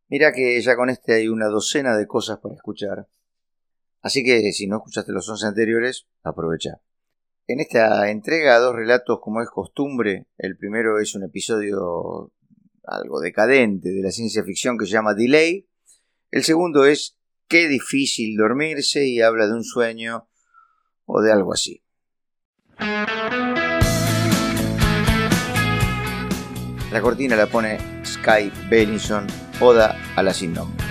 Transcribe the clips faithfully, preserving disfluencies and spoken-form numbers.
Mirá que ya con este hay una docena de cosas para escuchar. Así que si no escuchaste los once anteriores, aprovecha. En esta entrega, dos relatos como es costumbre. El primero es un episodio algo decadente de la ciencia ficción que se llama Delay. El segundo es Qué difícil dormirse y habla de un sueño o de algo así. La cortina la pone Sky Bellinson, Oda a la sin nombre.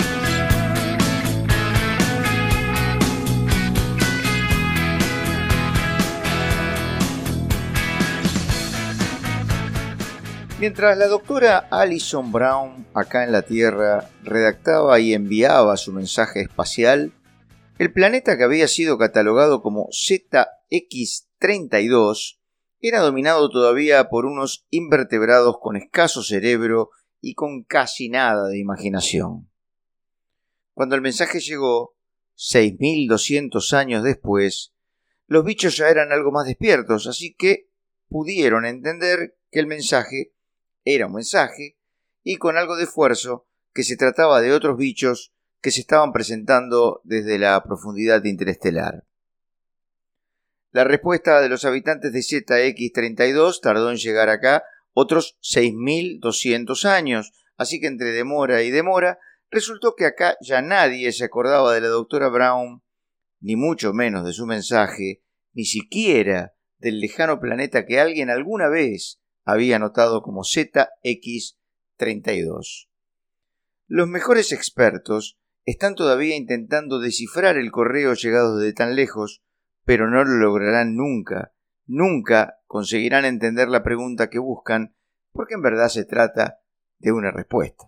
Mientras la doctora Alison Brown, acá en la Tierra, redactaba y enviaba su mensaje espacial, el planeta que había sido catalogado como Z X treinta y dos era dominado todavía por unos invertebrados con escaso cerebro y con casi nada de imaginación. Cuando el mensaje llegó, seis mil doscientos años después, los bichos ya eran algo más despiertos, así que pudieron entender que el mensaje era un mensaje y con algo de esfuerzo que se trataba de otros bichos que se estaban presentando desde la profundidad interestelar. La respuesta de los habitantes de Z X treinta y dos tardó en llegar acá otros seis mil doscientos años, así que entre demora y demora, resultó que acá ya nadie se acordaba de la doctora Brown, ni mucho menos de su mensaje, ni siquiera del lejano planeta que alguien alguna vez había notado como Z X treinta y dos. Los mejores expertos están todavía intentando descifrar el correo llegado de tan lejos, pero no lo lograrán nunca. Nunca conseguirán entender la pregunta que buscan, porque en verdad se trata de una respuesta.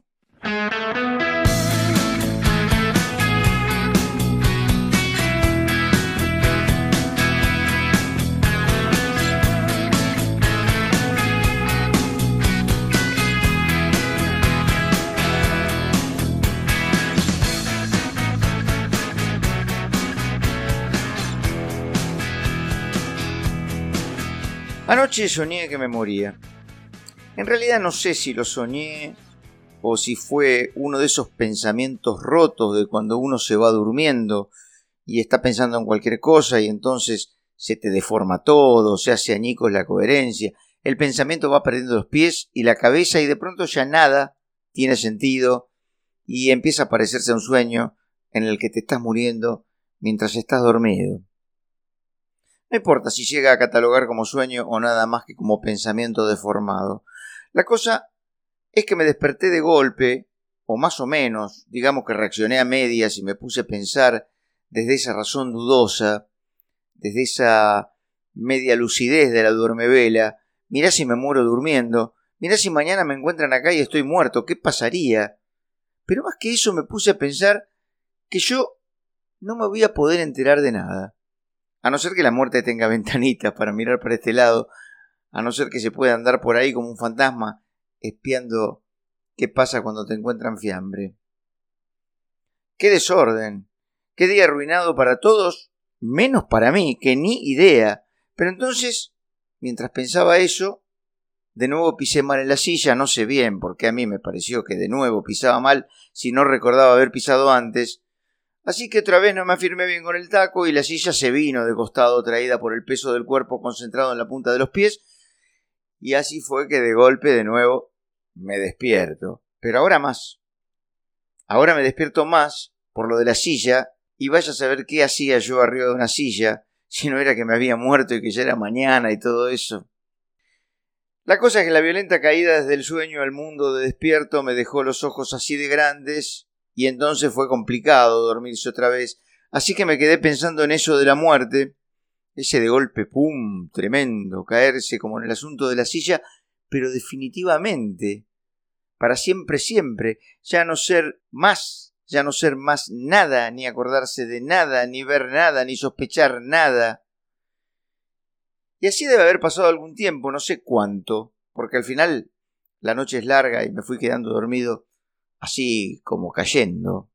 Anoche soñé que me moría. En realidad no sé si lo soñé o si fue uno de esos pensamientos rotos de cuando uno se va durmiendo y está pensando en cualquier cosa y entonces se te deforma todo, se hace añicos la coherencia, el pensamiento va perdiendo los pies y la cabeza y de pronto ya nada tiene sentido y empieza a parecerse a un sueño en el que te estás muriendo mientras estás dormido. No importa si llega a catalogar como sueño o nada más que como pensamiento deformado. La cosa es que me desperté de golpe, o más o menos, digamos que reaccioné a medias y me puse a pensar desde esa razón dudosa, desde esa media lucidez de la duermevela. Mirá si me muero durmiendo, mirá si mañana me encuentran acá y estoy muerto, ¿qué pasaría? Pero más que eso me puse a pensar que yo no me voy a poder enterar de nada. A no ser que la muerte tenga ventanitas para mirar para este lado, a no ser que se pueda andar por ahí como un fantasma, espiando qué pasa cuando te encuentran fiambre. ¡Qué desorden! ¡Qué día arruinado para todos, menos para mí, que ni idea! Pero entonces, mientras pensaba eso, de nuevo pisé mal en la silla, no sé bien, porque a mí me pareció que de nuevo pisaba mal si no recordaba haber pisado antes. Así que otra vez no me afirmé bien con el taco y la silla se vino de costado traída por el peso del cuerpo concentrado en la punta de los pies y así fue que de golpe de nuevo me despierto. Pero ahora más. Ahora me despierto más por lo de la silla y vaya a saber qué hacía yo arriba de una silla si no era que me había muerto y que ya era mañana y todo eso. La cosa es que la violenta caída desde el sueño al mundo de despierto me dejó los ojos así de grandes. Y entonces fue complicado dormirse otra vez, así que me quedé pensando en eso de la muerte, ese de golpe, pum, tremendo, caerse como en el asunto de la silla, pero definitivamente, para siempre, siempre, ya no ser más, ya no ser más nada, ni acordarse de nada, ni ver nada, ni sospechar nada. Y así debe haber pasado algún tiempo, no sé cuánto, porque al final la noche es larga y me fui quedando dormido así como cayendo.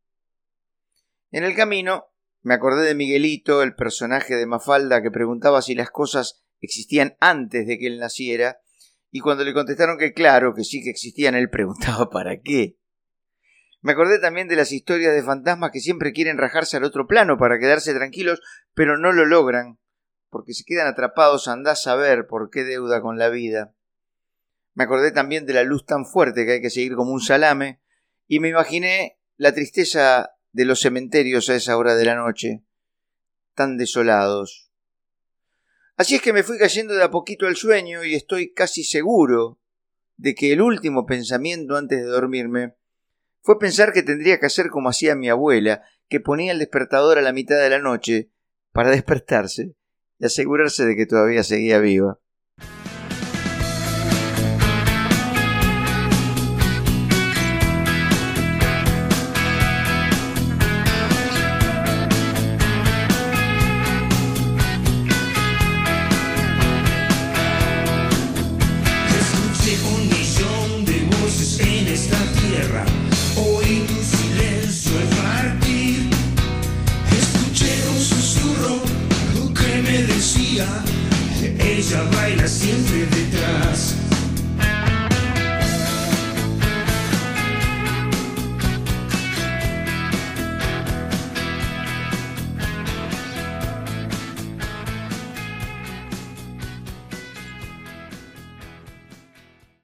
En el camino me acordé de Miguelito, el personaje de Mafalda que preguntaba si las cosas existían antes de que él naciera, y cuando le contestaron que claro, que sí que existían, él preguntaba ¿para qué? Me acordé también de las historias de fantasmas que siempre quieren rajarse al otro plano para quedarse tranquilos, pero no lo logran, porque se quedan atrapados a andar a saber por qué deuda con la vida. Me acordé también de la luz tan fuerte que hay que seguir como un salame, y me imaginé la tristeza de los cementerios a esa hora de la noche, tan desolados. Así es que me fui cayendo de a poquito al sueño y estoy casi seguro de que el último pensamiento antes de dormirme fue pensar que tendría que hacer como hacía mi abuela, que ponía el despertador a la mitad de la noche para despertarse y asegurarse de que todavía seguía viva. Ella baila siempre detrás.